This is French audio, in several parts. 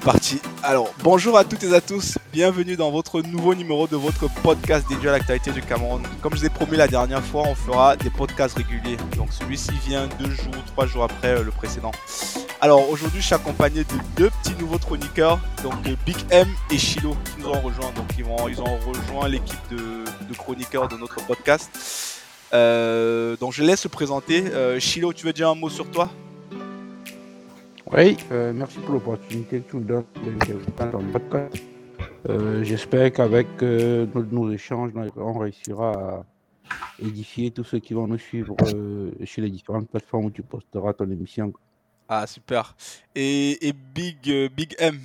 parti. Alors, bonjour à toutes et à tous. Bienvenue dans votre nouveau numéro de votre podcast dédié à l'actualité du Cameroun. Comme je vous ai promis la dernière fois, on fera des podcasts réguliers. Donc, celui-ci vient 2 jours, 3 jours après le précédent. Alors, aujourd'hui, je suis accompagné de deux petits nouveaux chroniqueurs, donc Big M et Chilo, qui nous ont rejoints. Donc, ils ont rejoint l'équipe de chroniqueurs de notre podcast. Donc, je laisse se présenter. Chilo, tu veux dire un mot sur toi ? Oui, merci pour l'opportunité que tu nous donnes d'intervenir dans le podcast. J'espère qu'avec nos échanges, on réussira à édifier tous ceux qui vont nous suivre sur les différentes plateformes où tu posteras ton émission. Ah, super. Et Big M.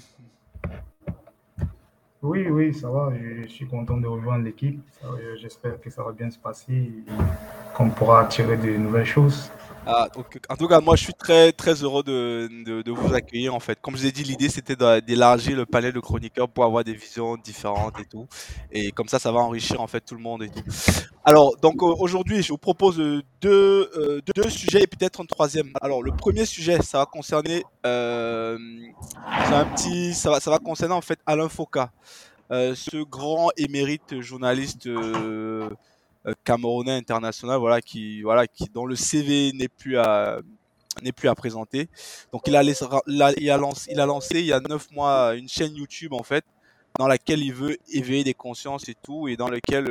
Oui, ça va. Je suis content de rejoindre l'équipe. J'espère que ça va bien se passer et qu'on pourra tirer de nouvelles choses. Ah, ok. En tout cas, moi, je suis très heureux de vous accueillir, en fait. Comme je vous ai dit, l'idée, c'était d'élargir le panel de chroniqueurs pour avoir des visions différentes et tout. Et comme ça va enrichir, en fait, tout le monde et tout. Alors, donc, aujourd'hui, je vous propose deux sujets et peut-être un troisième. Alors, le premier sujet, ça va concerner, ça va concerner, en fait, Alain Foka. Ce grand émérite journaliste camerounais international, dont le CV n'est plus à présenter. Donc il a lancé il y a 9 mois une chaîne YouTube en fait, dans laquelle il veut éveiller des consciences et tout, et dans lequel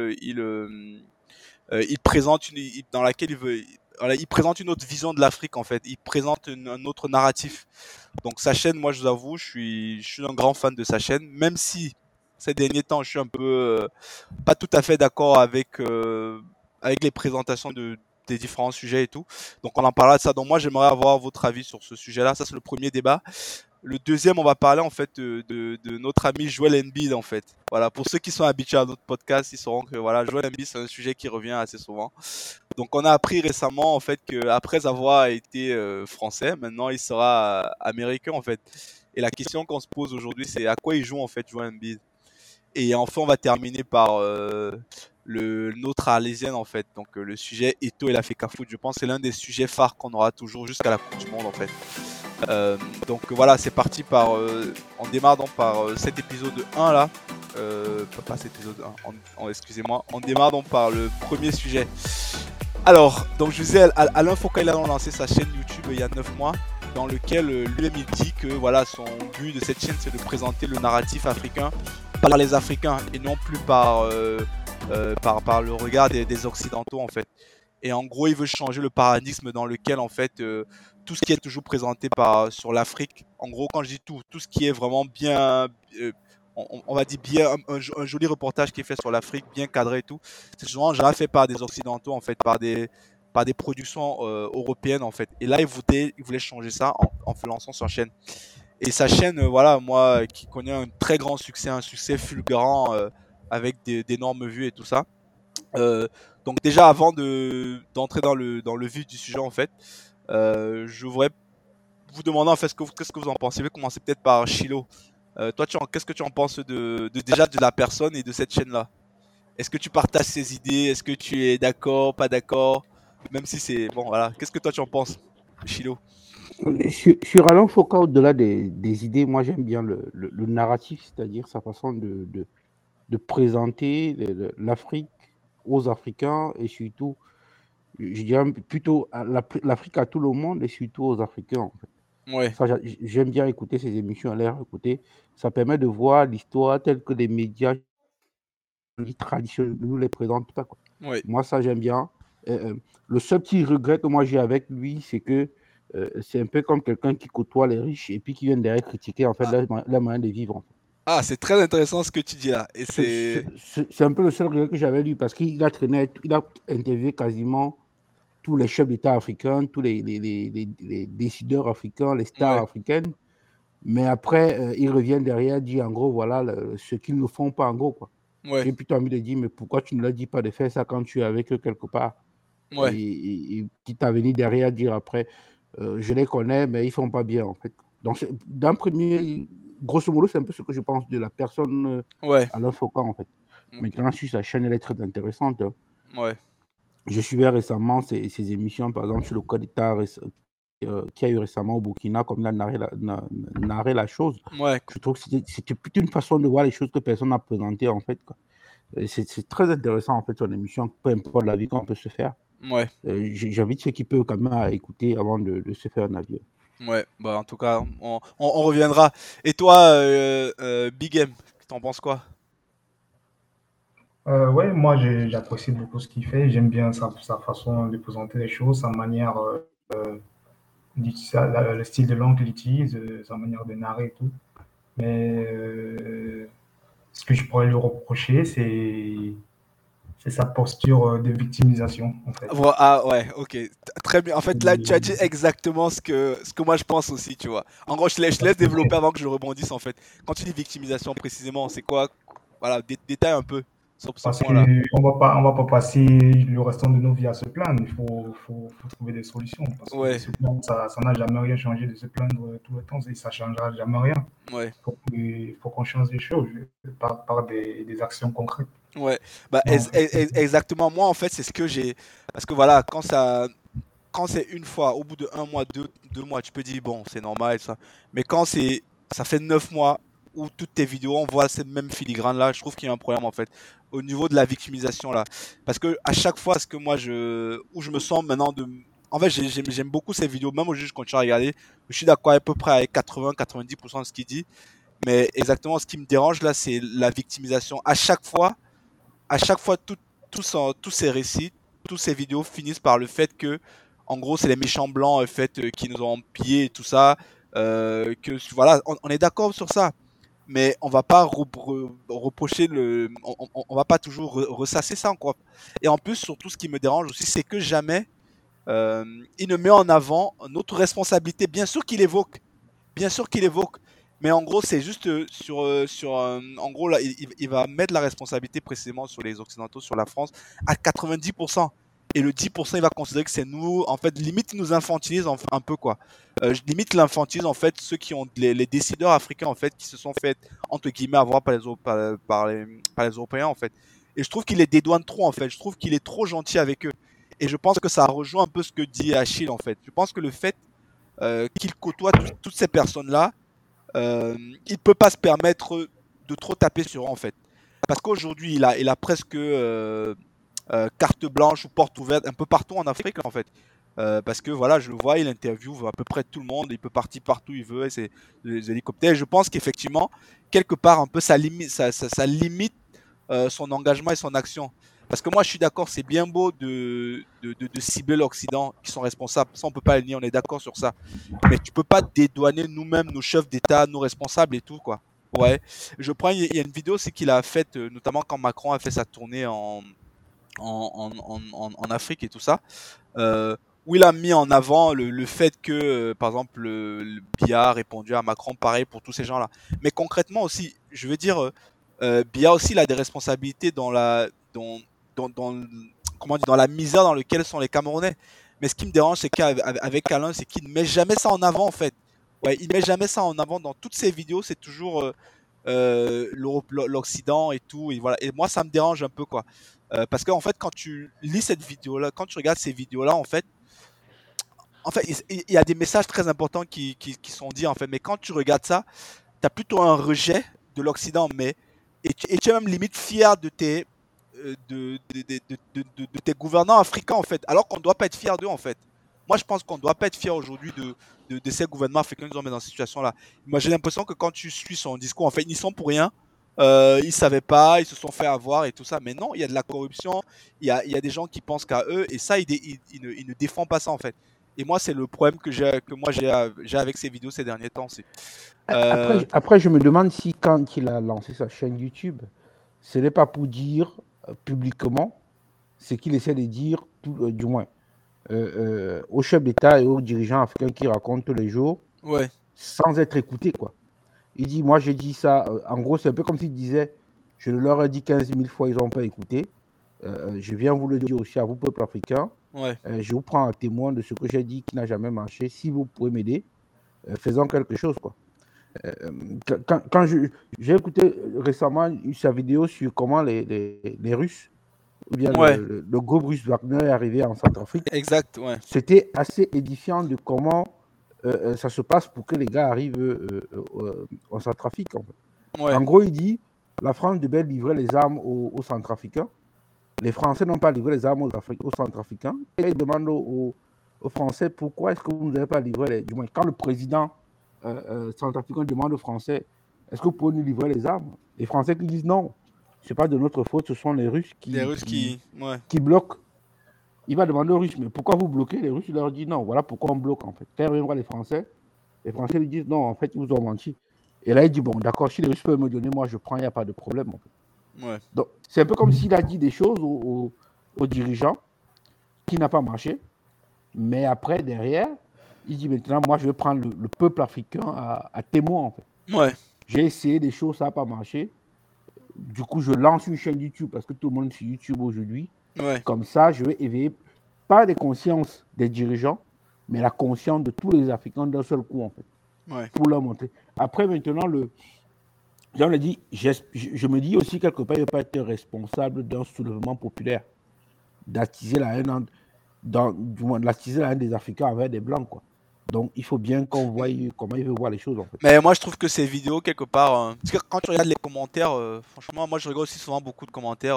il présente dans laquelle il présente une autre vision de l'Afrique en fait. Il présente un autre narratif. Donc sa chaîne, moi je vous avoue, je suis un grand fan de sa chaîne, même si ces derniers temps je suis un peu pas tout à fait d'accord avec les présentations des différents sujets et tout. Donc on en parlera de ça. Donc moi j'aimerais avoir votre avis sur ce sujet-là. Ça c'est le premier débat. Le deuxième, on va parler en fait de notre ami Joel Embiid en fait. Voilà, pour ceux qui sont habitués à notre podcast, ils sauront que voilà, Joel Embiid c'est un sujet qui revient assez souvent. Donc on a appris récemment en fait qu'après avoir été français, maintenant il sera américain en fait. Et la question qu'on se pose aujourd'hui, c'est à quoi il joue en fait Joel Embiid. Et enfin, on va terminer par notre arlésienne en fait. Donc le sujet Eto'o et la Fecafoot, je pense que c'est l'un des sujets phares qu'on aura toujours jusqu'à la Coupe du Monde en fait. Donc voilà, c'est parti on démarre donc par cet épisode 1 là. Pas cet épisode 1, excusez-moi. On démarre donc par le premier sujet. Alors, donc je vous disais, Alain Foka il a lancé sa chaîne YouTube il y a 9 mois, dans lequel lui-même il dit que voilà, son but de cette chaîne c'est de présenter le narratif africain par les Africains et non plus par le regard des Occidentaux en fait. Et en gros, il veut changer le paradigme dans lequel en fait tout ce qui est toujours présenté sur l'Afrique, en gros quand je dis tout ce qui est vraiment bien, on va dire bien un joli reportage qui est fait sur l'Afrique, bien cadré et tout, c'est souvent déjà fait par des Occidentaux en fait, par des productions européennes en fait. Et là, il voulait changer ça en lançant sa chaîne. Et sa chaîne, voilà, moi qui connais un très grand succès, un succès fulgurant avec d'énormes vues et tout ça. Donc déjà avant d'entrer dans le vif du sujet en fait, je voudrais vous demander en fait qu'est-ce que vous en pensez. Je vais commencer peut-être par Chilo. Toi, qu'est-ce que tu en penses déjà de la personne et de cette chaîne-là? Est-ce que tu partages ses idées? Est-ce que tu es d'accord, pas d'accord? Même si c'est bon, voilà. Qu'est-ce que toi tu en penses, Chilo? Sur Alain Foka, au-delà des idées, moi j'aime bien le narratif, c'est-à-dire sa façon de présenter l'Afrique aux Africains et surtout, je dirais plutôt l'Afrique à tout le monde et surtout aux Africains en fait. Ouais. Ça, j'aime bien écouter ces émissions, les écouter. Ça permet de voir l'histoire telle que les médias traditionnels nous les présentent pas, quoi. Ouais. Moi, ça, j'aime bien. Le seul petit regret que moi j'ai avec lui, c'est que c'est un peu comme quelqu'un qui côtoie les riches et puis qui vient derrière critiquer en fait leur moyen de vivre. En fait. Ah, c'est très intéressant ce que tu dis là. Et c'est un peu le seul regret que j'avais lu parce qu'il a interviewé quasiment tous les chefs d'État africains, tous les décideurs africains, les stars africaines. Mais après, ils reviennent derrière, dire en gros, voilà ce qu'ils ne font pas en gros, quoi. Ouais. J'ai plutôt envie de dire, mais pourquoi tu ne leur dis pas de faire ça quand tu es avec eux quelque part? Ouais. Et quitte à venir derrière dire après, je les connais, mais ils ne font pas bien, en fait. Donc, d'un premier, grosso modo, c'est un peu ce que je pense de la personne Alain Foka, en fait. Maintenant, sur sa chaîne, elle est très intéressante. Ouais. Je suivais récemment ces émissions, par exemple, sur le Code d'État qu'il y a eu récemment au Burkina, comme il a narré la chose. Ouais, Je trouve que c'était plutôt une façon de voir les choses que personne n'a présentées, en fait, quoi. C'est très intéressant, en fait, son émission, peu importe l'avis qu'on peut se faire. ouais, J'invite ceux qui peuvent quand même à écouter avant de se faire un avis. ouais. Bah, en tout cas, on reviendra. Et toi, Big M, t'en penses quoi? Ouais, moi j'apprécie beaucoup ce qu'il fait. J'aime bien sa façon de présenter les choses, sa manière, le style de langue qu'il utilise, sa manière de narrer et tout. Mais ce que je pourrais lui reprocher, c'est sa posture de victimisation, en fait. Ah ouais, ok, très bien. En fait, là, tu as dit exactement ce que moi je pense aussi, tu vois. En gros, je laisse développer avant que je rebondisse, en fait. Quand tu dis victimisation précisément, c'est quoi? Voilà, détaille un peu sur ce Parce point-là. on va pas passer le restant de nos vies à se plaindre. Faut trouver des solutions. Parce que Ouais, se plaindre, ça n'a jamais rien changé de se plaindre tout le temps et ça ne changera jamais rien. ouais. Il faut qu'on change les choses par des actions concrètes. Ouais, bah Non, exactement. Moi, en fait, c'est ce que j'ai. Parce que voilà, quand c'est une fois, au bout de un mois, deux mois, tu peux dire bon, c'est normal ça. Mais quand ça fait 9 mois où toutes tes vidéos, on voit cette même filigrane là, je trouve qu'il y a un problème en fait au niveau de la victimisation là. Parce que à chaque fois, ce que moi où je me sens maintenant en fait, j'aime beaucoup ces vidéos, même aujourd'hui, je continue à regarder. Je suis d'accord à peu près avec 80-90% de ce qu'il dit. Mais exactement, ce qui me dérange là, c'est la victimisation. À chaque fois, tous ces récits, tous ces vidéos finissent par le fait que, en gros, c'est les méchants blancs qui nous ont pillés et tout ça. Que voilà, on est d'accord sur ça, mais on va pas reprocher on va pas toujours ressasser ça quoi. Et en plus, surtout, ce qui me dérange aussi, c'est que jamais il ne met en avant notre responsabilité. Bien sûr qu'il évoque, mais en gros, c'est juste en gros, là, il va mettre la responsabilité précisément sur les Occidentaux, sur la France, à 90%. Et le 10%, il va considérer que c'est nous, en fait, limite, il nous infantilise un peu, quoi. Limite, l'infantilise, en fait, ceux qui ont, les décideurs africains, en fait, qui se sont fait, entre guillemets, avoir par les Européens, en fait. Et je trouve qu'il les dédouane trop, en fait. Je trouve qu'il est trop gentil avec eux. Et je pense que ça rejoint un peu ce que dit Achille, en fait. Je pense que le fait qu'il côtoie toutes ces personnes-là, il peut pas se permettre de trop taper sur eux en fait. Parce qu'aujourd'hui, il a presque carte blanche ou porte ouverte un peu partout en Afrique en fait. Parce que voilà, je le vois, il interviewe à peu près tout le monde, il peut partir partout où il veut, et c'est les hélicoptères. Et je pense qu'effectivement, quelque part, un peu ça limite son engagement et son action. Parce que moi, je suis d'accord, c'est bien beau de cibler l'Occident qui sont responsables. Ça, on peut pas le nier, on est d'accord sur ça. Mais tu peux pas dédouaner nous-mêmes, nos chefs d'État, nos responsables et tout, quoi. Ouais. Il y a une vidéo, c'est qu'il a faite, notamment quand Macron a fait sa tournée en Afrique et tout ça, euh, où il a mis en avant le fait que, par exemple, le Biya a répondu à Macron, pareil pour tous ces gens-là. Mais concrètement aussi, je veux dire, Biya aussi, il a des responsabilités comment dire, dans la misère dans laquelle sont les Camerounais. Mais ce qui me dérange, c'est qu'avec Alain, c'est qu'il ne met jamais ça en avant, en fait. Ouais, il met jamais ça en avant dans toutes ses vidéos, c'est toujours l'Occident et tout. Et voilà. Et moi, ça me dérange un peu, quoi. Parce qu'en fait, quand tu lis cette vidéo-là, quand tu regardes ces vidéos-là, en fait, il y a des messages très importants qui sont dits, en fait. Mais quand tu regardes ça, tu as plutôt un rejet de l'Occident, et tu es même limite fier de tes gouvernants africains, en fait, alors qu'on ne doit pas être fier d'eux, en fait. Moi, je pense qu'on ne doit pas être fier aujourd'hui de ces gouvernements africains qui nous ont mis dans cette situation-là. Moi, j'ai l'impression que quand tu suis son discours, en fait, ils n'y sont pour rien. Ils ne savaient pas, ils se sont fait avoir et tout ça. Mais non, il y a de la corruption, il y a des gens qui pensent qu'à eux, et ça, ils ne défendent pas ça, en fait. Et moi, c'est le problème que j'ai avec ces vidéos ces derniers temps. Après, je me demande si quand il a lancé sa chaîne YouTube, ce n'est pas pour dire publiquement ce qu'il essaie de dire, du moins, aux chefs d'État et aux dirigeants africains qui racontent tous les jours, Ouais, sans être écoutés, quoi. Il dit, moi j'ai dit ça, en gros c'est un peu comme s'il disait, je leur ai dit 15 000 fois, ils n'ont pas écouté. Je viens vous le dire aussi à vous, peuple africain. ouais, Je vous prends un témoin de ce que j'ai dit qui n'a jamais marché. Si vous pouvez m'aider, faisons quelque chose, quoi. Quand j'ai écouté récemment sa vidéo sur comment les Russes ou bien Ouais, le groupe russe Wagner est arrivé en Centrafrique, exact, ouais. c'était assez édifiant de comment ça se passe pour que les gars arrivent en Centrafrique. En fait. Ouais, En gros, il dit la France devait livrer les armes aux Centrafricains. Les Français n'ont pas livré les armes aux Centrafricains. Et ils demandent aux Français pourquoi est-ce que vous n'avez pas livré les. Du moins, quand le président centrafricain demande aux Français est-ce que vous pouvez nous livrer les armes, les Français qui disent non, ce n'est pas de notre faute, ce sont les Russes les Russes qui. Ouais, qui bloquent. Il va demander aux Russes mais pourquoi vous bloquez. Les Russes leur disent non, voilà pourquoi on bloque en fait. Quand ils reviennent les Français lui disent non, en fait, ils vous ont menti. Et là, il dit bon, d'accord, si les Russes peuvent me donner, moi je prends, il n'y a pas de problème en fait. ouais. Donc, c'est un peu comme s'il a dit des choses aux dirigeants qui n'a pas marché. Mais après, derrière, il dit maintenant, moi, je vais prendre le peuple africain à témoin, en fait. Ouais, J'ai essayé des choses, ça n'a pas marché. Du coup, je lance une chaîne YouTube parce que tout le monde est sur YouTube aujourd'hui. ouais. Comme ça, je vais éveiller pas les consciences des dirigeants, mais la conscience de tous les Africains d'un seul coup, en fait, Ouais. pour leur montrer. Après, maintenant, Jean l'a dit, je me dis aussi quelque part, il ne pas être responsable d'un soulèvement populaire, d'attiser la haine, d'attiser la haine des Africains envers des Blancs, quoi. Donc, il faut bien qu'on voie comment il veut voir les choses, en fait. Mais moi, je trouve que ces vidéos, quelque part. Parce que quand tu regardes les commentaires, franchement, moi, je regarde aussi souvent beaucoup de commentaires.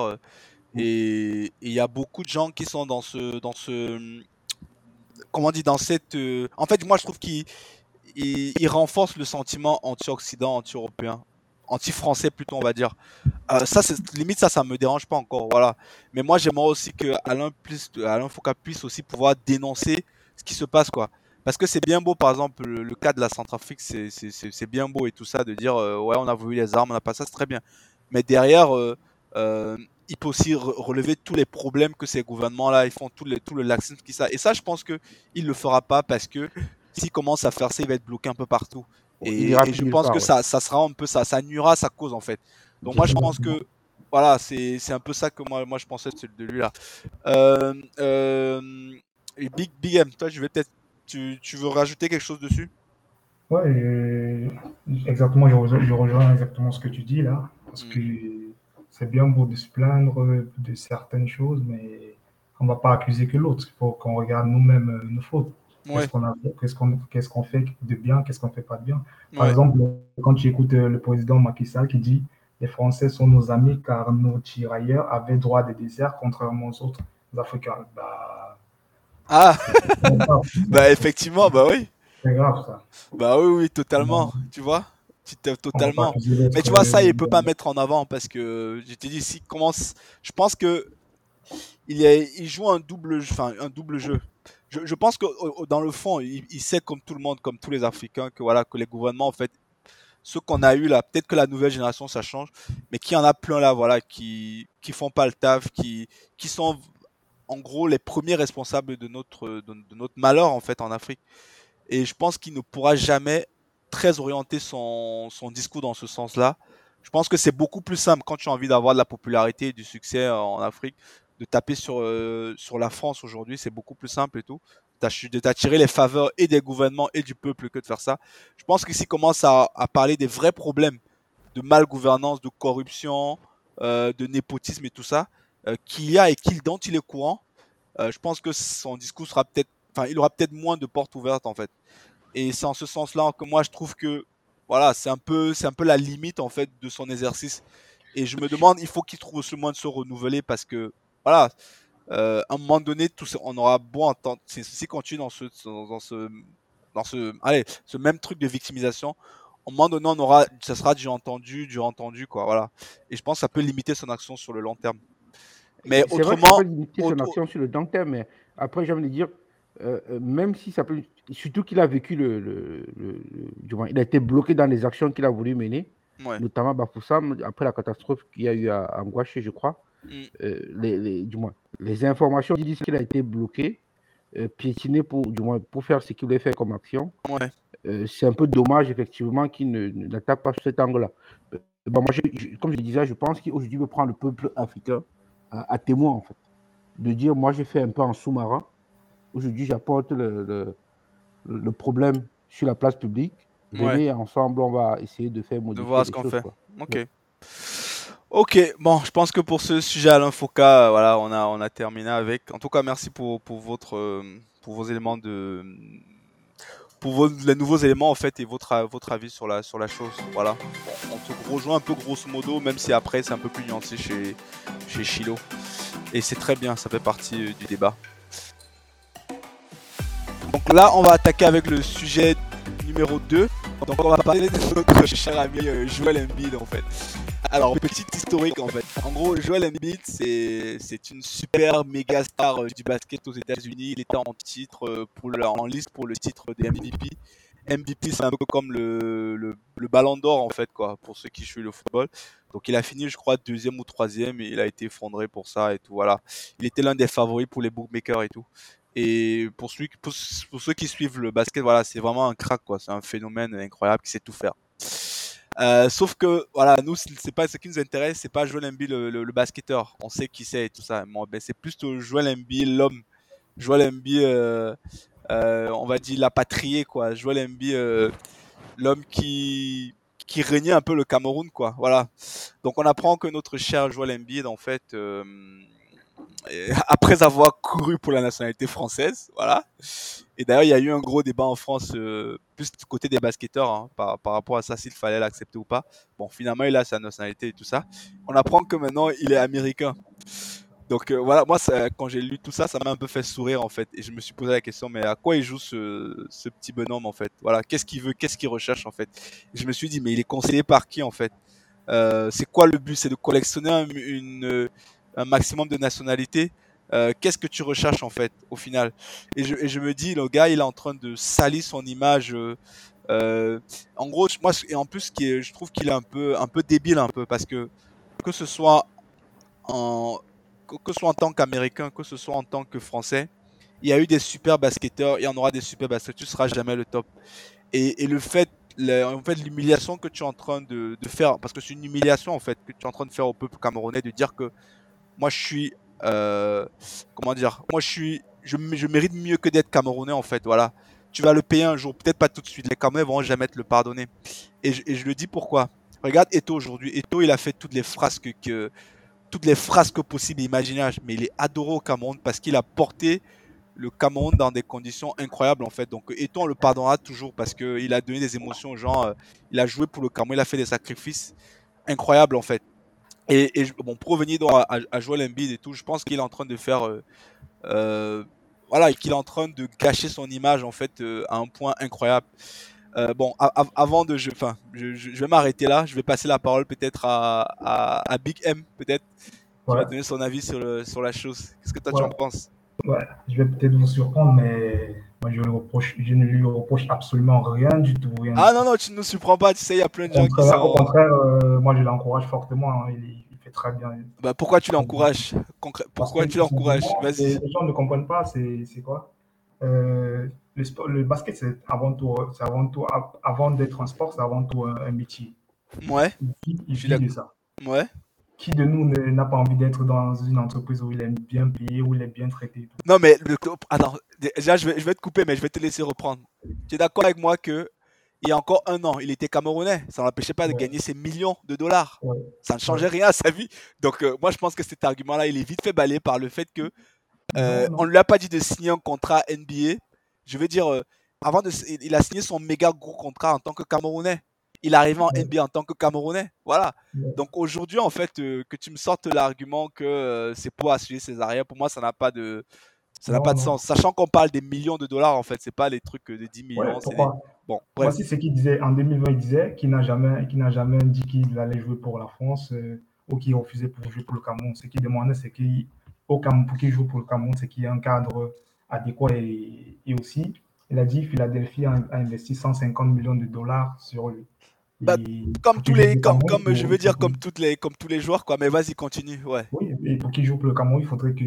Et il y a beaucoup de gens qui sont dans ce. Comment on dit, dans cette. En fait, moi, je trouve qu'il renforce le sentiment anti-occident, anti-européen. Anti-français plutôt, on va dire. Ça, limite, ça me dérange pas encore, voilà. Mais moi, j'aimerais aussi que Alain Foucault puisse aussi pouvoir dénoncer ce qui se passe, quoi. Parce que c'est bien beau, par exemple, le cas de la Centrafrique, c'est bien beau et tout ça, de dire, ouais, on a voulu les armes, on n'a pas ça, c'est très bien. Mais derrière, euh, il peut aussi relever tous les problèmes que ces gouvernements-là, ils font, tout le laxisme qui ça. Et ça, je pense que il le fera pas parce que s'il commence à faire ça, il va être bloqué un peu partout. Il ira Et plus je nulle pense que part, ouais. ça sera un peu ça nuira à sa cause, en fait. Donc moi je pense que voilà, c'est un peu ça que moi je pensais de lui là. Et Big M, toi je vais peut-être tu veux rajouter quelque chose dessus? Ouais, exactement, je rejoins exactement ce que tu dis là, parce que Mm. c'est bien beau de se plaindre de certaines choses, mais on ne va pas accuser que l'autre. Il faut qu'on regarde nous-mêmes nos fautes. Qu'est-ce Ouais, qu'on a fait, qu'est-ce qu'on fait de bien, qu'est-ce qu'on fait pas de bien. Par ouais. exemple, quand tu écoutes le président Macky Sall qui dit les Français sont nos amis car nos tirailleurs avaient droit des déserts contrairement aux autres Africains. Bah, Ah, c'est grave, bah effectivement, bah oui. c'est grave ça. Bah oui, oui, totalement, tu vois? On ne va pas Totalement. accuser Mais l'autre. tu vois, ça, il peut pas mettre en avant parce que je t'ai dit, s'il commence, je pense que il joue un double jeu. Je pense que dans le fond, il sait comme tout le monde, comme tous les Africains, que voilà, que les gouvernements, en fait, ceux qu'on a eu là, peut-être que la nouvelle génération ça change, mais qu'il y en a plein là, voilà, qui font pas le taf, qui sont en gros les premiers responsables de notre malheur en fait en Afrique. Et je pense qu'il ne pourra jamais très orienter son discours dans ce sens-là. Je pense que c'est beaucoup plus simple quand tu as envie d'avoir de la popularité et du succès en Afrique, de taper sur la France aujourd'hui, c'est beaucoup plus simple et tout. De t'attirer les faveurs et des gouvernements et du peuple que de faire ça. Je pense qu'ici commence à parler des vrais problèmes de malgouvernance, de corruption, de népotisme et tout ça, qu'il y a et dont il est courant. Je pense que son discours sera peut-être, enfin, il aura peut-être moins de portes ouvertes en fait. Et c'est en ce sens-là que moi je trouve que voilà, c'est un peu la limite en fait de son exercice. Et je me demande, il faut qu'il trouve ce moyen de se renouveler parce que voilà, à un moment donné, on aura beau entendre, si ceci continue allez, ce même truc de victimisation, à un moment donné, ça sera du entendu, quoi, voilà. Et je pense que ça peut limiter son action sur le long terme. Mais C'est vrai que ça peut autrement, limiter son action sur le long terme, mais après, j'ai envie de dire, même si ça peut. Surtout qu'il a vécu du moins, il a été bloqué dans les actions qu'il a voulu mener, ouais. notamment Bafoussam, après la catastrophe qu'il y a eu à Ngouaché, je crois. Mm. Du moins, les informations disent qu'il a été bloqué, piétiné du moins, pour faire ce qu'il voulait faire comme action. Ouais. C'est un peu dommage, effectivement, qu'il n'attaque pas sur cet angle-là. Moi, comme je le disais, je pense qu'aujourd'hui, il veut prendre le peuple africain à témoin, en fait. De dire, moi, j'ai fait un peu en sous-marin. Aujourd'hui, j'apporte le problème sur la place publique. Ouais. Venez, ensemble, on va essayer de faire De modifier voir ce les qu'on choses, fait. quoi. Ok. Ouais. Ok, bon, je pense que pour ce sujet Alain Foucault, voilà, on a terminé avec. En tout cas, merci pour votre pour vos éléments de les nouveaux éléments en fait et votre avis sur la chose. Voilà. Bon, on se rejoint un peu grosso modo, même si après c'est un peu plus nuancé chez Chilo. Et c'est très bien, ça fait partie du débat. Donc là, on va attaquer avec le sujet numéro 2. Donc on va parler de notre cher ami Joel Embiid en fait. Alors, petite historique en fait. En gros, Joel Embiid, c'est une super méga star du basket aux États-Unis. Il était en titre en liste pour le titre des MVP. MVP, c'est un peu comme le Ballon d'Or en fait, quoi, pour ceux qui suivent le football. Donc, il a fini, je crois, deuxième ou troisième et il a été effondré pour ça et tout. Voilà. Il était l'un des favoris pour les bookmakers et tout. Et pour ceux qui suivent le basket, voilà, c'est vraiment un crack, quoi. C'est un phénomène incroyable qui sait tout faire. Sauf que voilà, nous c'est pas ce qui nous intéresse, c'est pas Joel Embiid le basketteur, on sait qui c'est et tout ça. Bon, ben, c'est plus Joel Embiid l'homme, Joel Embiid, on va dire l'apatrié quoi, Joel Embiid l'homme qui régnait un peu le Cameroun quoi. Voilà. Donc on apprend que notre cher Joel Embiid en fait après avoir couru pour la nationalité française, voilà. Et d'ailleurs, il y a eu un gros débat en France, plus du côté des basketteurs, hein, par rapport à ça, s'il fallait l'accepter ou pas. Bon, finalement, il a sa nationalité et tout ça. On apprend que maintenant, il est américain. Donc voilà, moi, quand j'ai lu tout ça, ça m'a un peu fait sourire en fait. Et je me suis posé la question, mais à quoi il joue ce petit bonhomme en fait? Voilà, qu'est-ce qu'il veut, qu'est-ce qu'il recherche en fait? Et je me suis dit, mais il est conseillé par qui en fait? C'est quoi le but? C'est de collectionner un maximum de nationalités. Qu'est-ce que tu recherches en fait au final? Et je me dis, le gars, il est en train de salir son image. Euh, En gros, moi, et en plus, je trouve qu'il est un peu débile un peu parce que ce soit en, que ce soit en tant qu'Américain, que ce soit en tant que Français, il y a eu des super basketteurs, il y en aura des super basketteurs, tu ne seras jamais le top. Et le fait, en fait, l'humiliation que tu es en train de faire, parce que c'est une humiliation en fait que tu es en train de faire au peuple camerounais, de dire que moi je suis, euh, comment dire, je mérite mieux que d'être camerounais en fait, voilà. Tu vas le payer un jour, peut-être pas tout de suite, les Camerounais vont jamais te le pardonner. Et je le dis pourquoi. Regarde Eto aujourd'hui. Eto, il a fait toutes les frasques possibles et imaginables, mais il est adoré au Cameroun parce qu'il a porté le Cameroun dans des conditions incroyables en fait. Donc Eto'o on le pardonnera toujours parce qu'il a donné des émotions aux gens, il a joué pour le Cameroun, il a fait des sacrifices incroyables en fait. Bon, pour revenir donc à Joel Embiid et tout, je pense qu'il est en train de faire voilà, qu'il est en train de gâcher son image en fait à un point incroyable. Bon, avant de, enfin, je vais m'arrêter là. Je vais passer la parole peut-être à Big M, peut-être, qui va Ouais, donner son avis sur la chose. Qu'est-ce que toi tu ouais, en penses? ouais. Je vais peut-être vous surprendre, mais moi, je ne lui reproche absolument rien du tout, rien du Ah non, tout. non, tu ne nous surprends pas. Tu sais, il y a plein de gens qui Au sont. contraire, moi, je l'encourage fortement, hein. Il fait très bien. Bah, pourquoi tu Très bien. l'encourages? Parce Pourquoi que tu tout l'encourages? simplement, Vas-y. les gens ne comprennent pas, c'est quoi? Le basket, c'est avant tout, avant d'être un sport, c'est avant tout un métier. Ouais, Il je suis vit de d'accord. ça. Ouais. Qui de nous n'a pas envie d'être dans une entreprise où il est bien payé, où il est bien traité et tout? Non, mais attends, déjà, je vais te couper, mais je vais te laisser reprendre. Tu es d'accord avec moi que il y a encore un an, il était camerounais. Ça ne l'empêchait pas de Ouais, gagner ses millions de dollars. ouais, Ça ne ouais. changeait rien à sa vie. Donc, moi, je pense que cet argument-là, il est vite fait balayer par le fait que Non, on non. ne lui a pas dit de signer un contrat NBA. Je veux dire, il a signé son méga gros contrat en tant que Camerounais. Il est arrivé en Ouais, NBA en tant que Camerounais. Voilà. ouais. Donc aujourd'hui, en fait, que tu me sortes l'argument que c'est pour assurer ses arrières, pour moi, ça n'a Non, pas de non. sens. Sachant qu'on parle des millions de dollars, en fait, c'est pas les trucs de 10 Ouais, millions, c'est des. pourquoi? Bon, bref. Voici ce qu'il disait en 2020. Il disait qu'il n'a jamais dit qu'il allait jouer pour la France ou qu'il refusait pour jouer pour le Cameroun. Ce qu'il demandait, c'est qu'au Cameroun, pour qu'il joue pour le Cameroun, c'est qu'il y ait un cadre adéquat et aussi, il a dit Philadelphie a investi 150 millions de dollars sur lui. Bah, Et comme pour tous qu'il joue les, pour le Cameroun, comme je veux il faut dire, comme tous les joueurs, quoi. Mais vas-y, continue, ouais. oui, et pour qu'il joue pour le Cameroun, il faudrait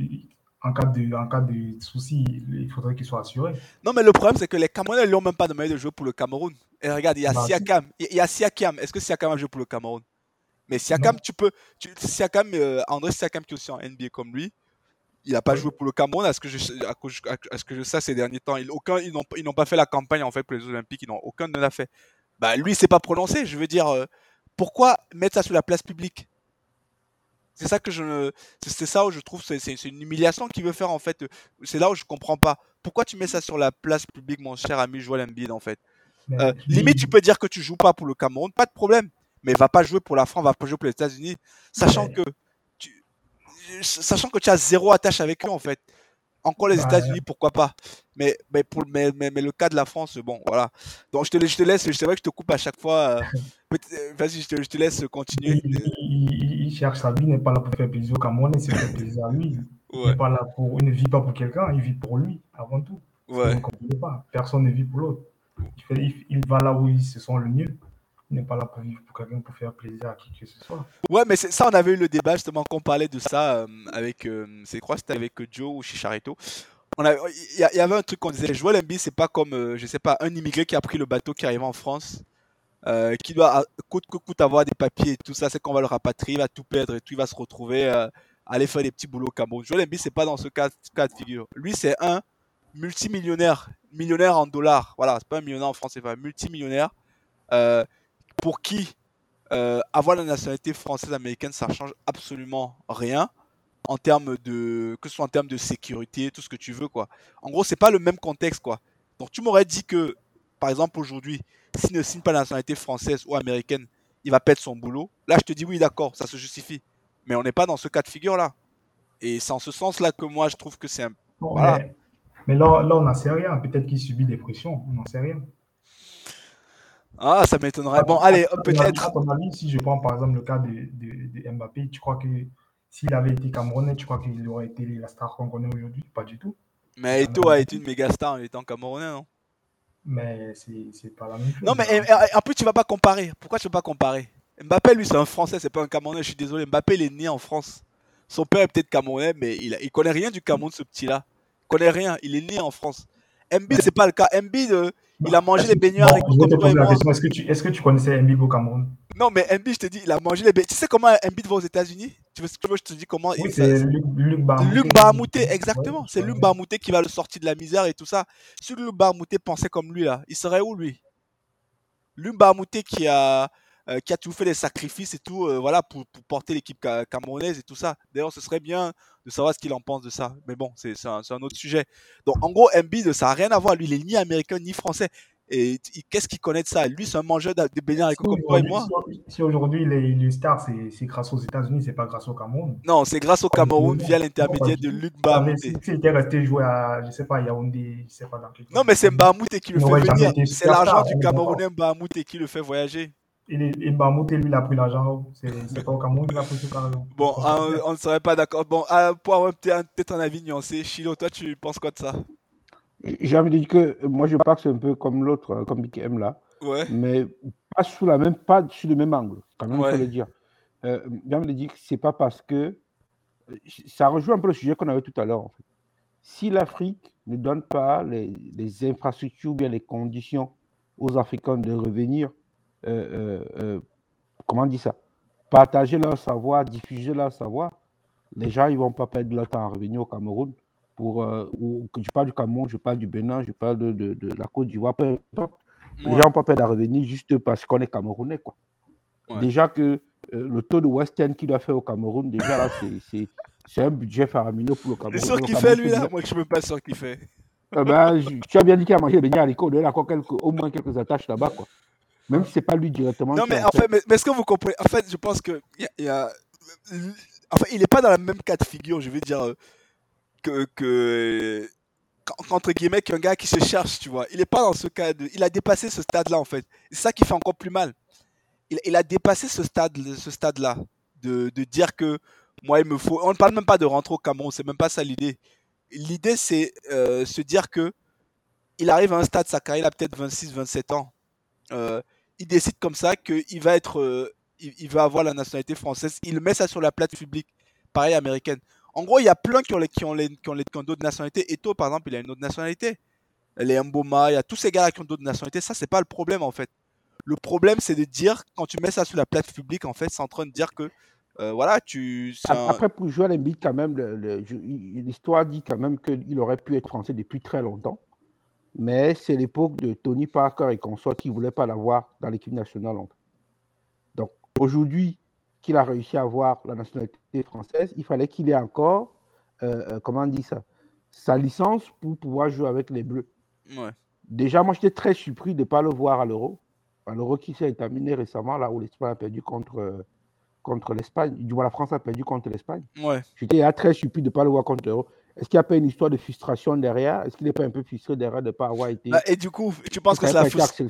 en cas de souci, il faudrait qu'il soit assuré. Non, mais le problème, c'est que les Camerounais ne lui ont même pas demandé de jouer pour le Cameroun. Et regarde, il y a Bah, si, Siakam. Il y a Siakam. Est-ce que Siakam a joué pour le Cameroun? Mais Siakam, non, Siakam, André Siakam, qui est aussi en NBA comme lui, il n'a pas oui, joué pour le Cameroun, à ce que je sais ces derniers temps. Ils n'ont pas fait la campagne en fait pour les Olympiques, aucun ne l'a fait. Bah lui, il s'est pas prononcé. Je veux dire, pourquoi mettre ça sur la place publique? C'est ça que c'est ça où je trouve c'est une humiliation qu'il veut faire en fait. C'est là où je comprends pas. Pourquoi tu mets ça sur la place publique, mon cher ami Joel Embiid en fait? Mais Limite, lui, tu peux dire que tu joues pas pour le Cameroun, pas de problème. Mais va pas jouer pour la France, va pas jouer pour les États-Unis, sachant mais, que tu, sachant que tu as zéro attache avec eux en fait. Encore les bah, États-Unis, pourquoi pas. Mais le cas de la France, bon, voilà. Donc je te laisse. C'est vrai que je te coupe à chaque fois. Vas-y, je te laisse continuer. il cherche sa vie, il n'est pas là pour faire plaisir au Camerounais, c'est faire plaisir à lui. Ouais, Il ne vit pas pour quelqu'un, il vit pour lui, avant tout. Ce que vous ouais. ne comprenez pas. Personne ne vit pour l'autre. Il va là où il se sent le mieux. Il n'est pas là pour vivre pour quelqu'un, pour faire plaisir à qui que ce soit. Ouais, mais ça, on avait eu le débat justement quand on parlait de ça avec, c'est quoi, c'était avec Joe ou Chicharito. Il y avait un truc qu'on disait, Joel Embiid, c'est pas comme, je sais pas, un immigré qui a pris le bateau qui arrive en France, qui doit coûte que coûte avoir des papiers et tout ça, c'est qu'on va le rapatrier, il va tout perdre et tout, il va se retrouver aller faire des petits boulots au Cameroun. Joel Embiid, c'est pas dans ce cas de figure. Lui, c'est un multimillionnaire, millionnaire en dollars. Voilà, c'est pas un millionnaire en France, c'est pas un multimillionnaire euh, pour qui avoir la nationalité française américaine, ça change absolument rien en termes de que ce soit en termes de sécurité, tout ce que tu veux quoi. En gros, c'est pas le même contexte quoi. Donc tu m'aurais dit que par exemple aujourd'hui, s'il ne signe pas la nationalité française ou américaine, il va perdre son boulot. Là, je te dis oui, d'accord, ça se justifie. Mais on n'est pas dans ce cas de figure là. Et c'est en ce sens-là que moi je trouve que c'est un Bon, voilà. mais là, on n'en sait rien. Peut-être qu'il subit des pressions, on n'en sait rien. Ah, ça m'étonnerait. À, Bon, ton allez, à peut-être. ton avis, si je prends par exemple le cas de Mbappé, tu crois que s'il avait été Camerounais, tu crois qu'il aurait été la star qu'on connaît aujourd'hui? Pas du tout. C'est Mais quand même Eto'o a été Mbappé. une méga star en étant camerounais, non? Mais c'est pas la même Non, chose. mais en plus, tu vas pas comparer. Pourquoi tu veux pas comparer? Mbappé, lui, c'est un Français, c'est pas un Camerounais. Je suis désolé. Mbappé, il est né en France. Son père est peut-être Camerounais, mais il connaît rien du Cameroun, ce petit-là. Il connaît rien. Il est né en France. Embiid, c'est Mais, pas le cas. Embiid, il a mangé les beignets bon, haricots je vais comme te toi et poser la moi. question. Est-ce que tu connaissais Mbappé au Cameroun? Non, mais Embiid, je te dis, il a mangé les beignets. Tu sais comment Embiid va aux États-Unis? Tu veux, je te dis comment Oui, c'est Luc Luc Barmouté. Bahamouté, Oui, exactement. je C'est Luc connais. Bahamouté qui va le sortir de la misère et tout ça. Si Luc Bahamouté pensait comme lui, là, il serait où, lui? Lumba Mouté qui a tout fait les sacrifices et tout, voilà, pour porter l'équipe camerounaise et tout ça. D'ailleurs, ce serait bien de savoir ce qu'il en pense de ça. Mais bon, c'est un autre sujet. Donc, en gros, Embiid, ça n'a rien à voir. Lui, il est ni américain ni français. Et qu'est-ce qu'il connaît de ça? Lui, c'est un mangeur de beignets haricots comme toi et moi. Si aujourd'hui il est star, c'est grâce aux États-Unis, c'est pas grâce au Cameroun. Non, c'est grâce au Cameroun via Non, pas l'intermédiaire du de tout. Luc Bahamouté. S'il était resté jouer à, je sais pas, Yaoundé, je sais pas dans quel Non, pays mais du c'est Cameroun, Bahamouté qui le il fait n'aurait jamais venir. été C'est l'argent superstar, du on est d'accord. Camerounais Bahamouté qui le fait voyager. Et Mbamute, lui, il a pris l'argent. C'est pas au Cameroun qu'il a pris cet argent. Bon, Qu'on soit clair. on ne serait pas d'accord. Bon, pour avoir peut-être un avis nuancé, Chilo, toi, tu penses quoi de ça? J'ai envie de dire que moi, je pense que c'est un peu comme l'autre, comme BKM là, Ouais, mais pas sur le même angle. Quand même, il faut ouais. le dire. J'ai envie de dire que c'est pas parce que ça rejoint un peu le sujet qu'on avait tout à l'heure. En fait. Si l'Afrique ne donne pas les infrastructures ou bien les conditions aux Africains de revenir, comment on dit ça, partager leur savoir, diffuser leur savoir, les gens ils vont pas perdre leur temps à revenir au Cameroun. Je parle du Cameroun, je parle du Bénin, je parle de la Côte d'Ivoire, peu importe. Les Ouais, gens vont pas perdre à revenir juste parce qu'on est Camerounais. Quoi. ouais. Déjà que le taux de Western qu'il doit faire au Cameroun, déjà là, c'est un budget faramineux pour le Je suis Cameroun. sûr Le qu'il fait, Cameroun lui, fait là. déjà. Moi, je suis même pas sûr qu'il fait. Tu as bien dit qu'il a mangé les beignets haricots, il a encore au moins quelques attaches là-bas. Quoi. Même si ce n'est pas lui directement Non, qui mais en en fait. fait, mais est-ce que vous comprenez? En fait, je pense que enfin, il n'est pas dans la même cas de figure, je veux dire, que entre guillemets, qu'un gars qui se cherche, tu vois. Il n'est pas dans ce cas de. Il a dépassé ce stade-là, en fait. C'est ça qui fait encore plus mal. Il a dépassé ce stade-là de dire que moi, il me faut. On ne parle même pas de rentrer au Cameroun, c'est même pas ça l'idée. L'idée, c'est se dire que il arrive à un stade de sa carrière, il a peut-être 26, 27 ans. Euh, il décide comme ça qu'il va être, il va avoir la nationalité française. Il met ça sur la place publique, pareil américaine. En gros, il y a plein qui ont d'autres nationalités. Eto'o, par exemple, il a une autre nationalité. Les Mboma, il y a tous ces gars qui ont d'autres nationalités. Ça, c'est pas le problème en fait. Le problème, c'est de dire, quand tu mets ça sur la place publique, en fait, c'est en train de dire que, voilà, Après, pour Joel Embiid, quand même, l'histoire dit quand même qu'il aurait pu être français depuis très longtemps. Mais c'est l'époque de Tony Parker et consorts qui ne voulaient pas l'avoir dans l'équipe nationale. Donc, aujourd'hui, qu'il a réussi à avoir la nationalité française, il fallait qu'il ait encore, comment on dit ça, sa licence pour pouvoir jouer avec les Bleus. Ouais. Déjà, moi, j'étais très surpris de ne pas le voir à l'Euro. À l'Euro qui s'est terminé récemment, là où l'Espagne a perdu contre l'Espagne. Du moins, la France a perdu contre l'Espagne. Ouais. J'étais très surpris de ne pas le voir contre l'Euro. Est-ce qu'il n'y a pas une histoire de frustration derrière? Est-ce qu'il n'est pas un peu frustré derrière de ne pas avoir été... Et du coup, tu penses que c'est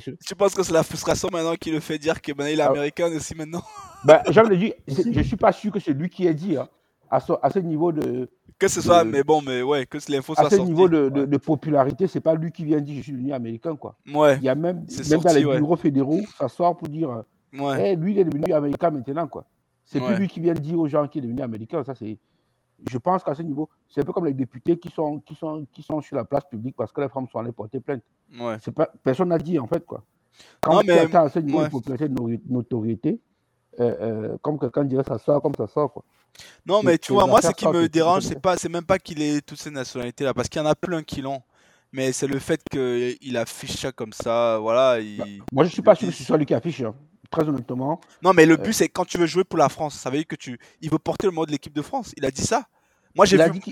la frustration maintenant qui le fait dire que maintenant il est américain aussi maintenant? Je me dis, je ne suis pas sûr que c'est lui qui ait dit à ce niveau de... Que ce soit, mais ouais, que l'info soit sortie. À ce niveau de popularité, c'est pas lui qui vient dire je suis devenu américain, quoi. Ouais. Il y a même dans les bureaux fédéraux, ça sort pour dire lui, il est devenu américain maintenant, quoi. C'est plus lui qui vient dire aux gens qu'il est devenu américain. Ça, c'est... Je pense qu'à ce niveau, c'est un peu comme les députés qui sont sur la place publique parce que les femmes sont allées porter plainte. Ouais. Personne n'a dit, en fait, quoi. Quand tu atteins à ce niveau de popularité, de notoriété, comme quelqu'un dirait, ça sort comme ça sort, quoi. Non, mais tu vois, moi, ce qui me dérange, c'est même pas qu'il ait toutes ces nationalités-là, parce qu'il y en a plein qui l'ont. Mais c'est le fait qu'il affiche ça comme ça, voilà. Moi, je suis pas sûr que ce soit lui qui affiche, hein, très honnêtement. Non, mais le but, c'est quand tu veux jouer pour la France, ça veut dire que il veut porter le mot de l'équipe de France. Il a dit ça. Moi,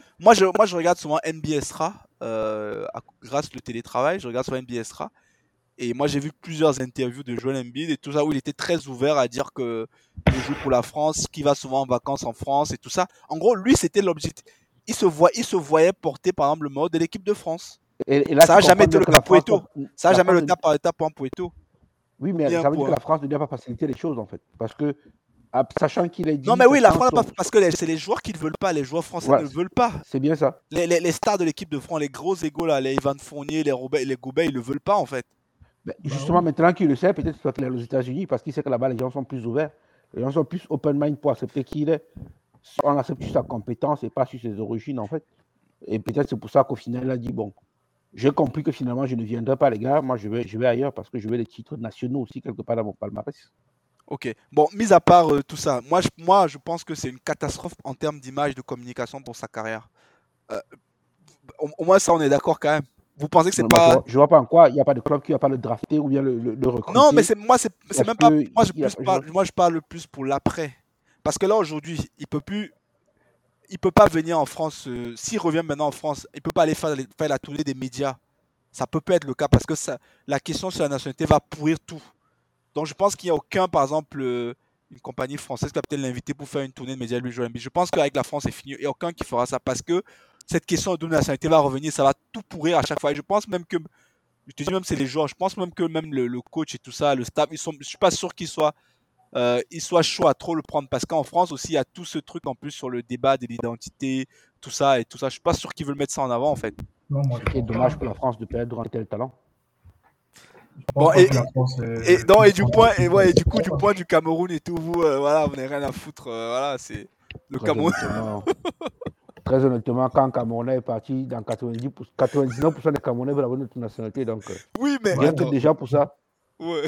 je regarde souvent NBSRA, grâce au télétravail, je regarde souvent NBSRA. Et moi, j'ai vu plusieurs interviews de Joel Embiid et tout ça où il était très ouvert à dire que il joue pour la France, qu'il va souvent en vacances en France et tout ça. En gros, lui, c'était l'objectif. Il se voyait porter, par exemple, le mot de l'équipe de France. Et là, ça n'a jamais été le cas pour Eto'o. Ça n'a jamais été le cas par étape pour Eto'o. Oui, mais ça veut dire que la France ne doit pas faciliter les choses, en fait. Parce que, sachant qu'il est dit... Non, mais oui, la France n'a pas... Parce que c'est les joueurs qui ne veulent pas. Les joueurs français ne veulent pas. C'est bien ça. Les stars de l'équipe de France, les gros égaux, là, les Ivan Fournier, les Gobet, ils ne le veulent pas, en fait. Justement, maintenant qu'il le sait, peut-être qu'il soit aux États-Unis parce qu'il sait que là-bas, les gens sont plus ouverts. Les gens sont plus open mind pour accepter qui il est. On accepte sur sa compétence et pas sur ses origines, en fait. Et peut-être c'est pour ça qu'au final, il a dit bon, j'ai compris que finalement, je ne viendrai pas, les gars. Moi, je vais ailleurs parce que je veux les titres nationaux aussi, quelque part dans mon palmarès. Ok. Bon, mis à part tout ça, moi, je pense que c'est une catastrophe en termes d'image, de communication pour sa carrière. Au moins, ça, on est d'accord quand même. Vous pensez que c'est pas... Je vois pas en quoi il n'y a pas de club qui va pas le drafter ou bien le recruter. Non, mais c'est même pas... Moi, je parle plus pour l'après. Parce que là, aujourd'hui, il peut pas venir en France. S'il revient maintenant en France, il peut pas aller faire la tournée des médias. Ça peut pas être le cas parce que la question sur la nationalité va pourrir tout. Donc, je pense qu'il n'y a aucun, par exemple, une compagnie française qui va peut-être l'inviter pour faire une tournée de médias lui Joel Embiid. Je pense qu'avec la France, c'est fini. Il n'y a aucun qui fera ça parce que cette question de nationalité va revenir, ça va tout pourrir à chaque fois. Et je pense même que, je te dis même c'est les joueurs, je pense même que même le coach et tout ça, le staff, je suis pas sûr qu'ils soient chaud à trop le prendre parce qu'en France aussi, il y a tout ce truc en plus sur le débat de l'identité, tout ça et tout ça. Je suis pas sûr qu'ils veulent mettre ça en avant en fait. C'est dommage pour la France de perdre un tel talent. Bon, du point du Cameroun et tout, vous, voilà, vous n'avez rien à foutre, voilà, c'est le Cameroun. Très honnêtement, quand Camerounais est parti, dans 99% des Camerounais veulent avoir notre nationalité, donc oui, mais rien que déjà pour ça. Ouais.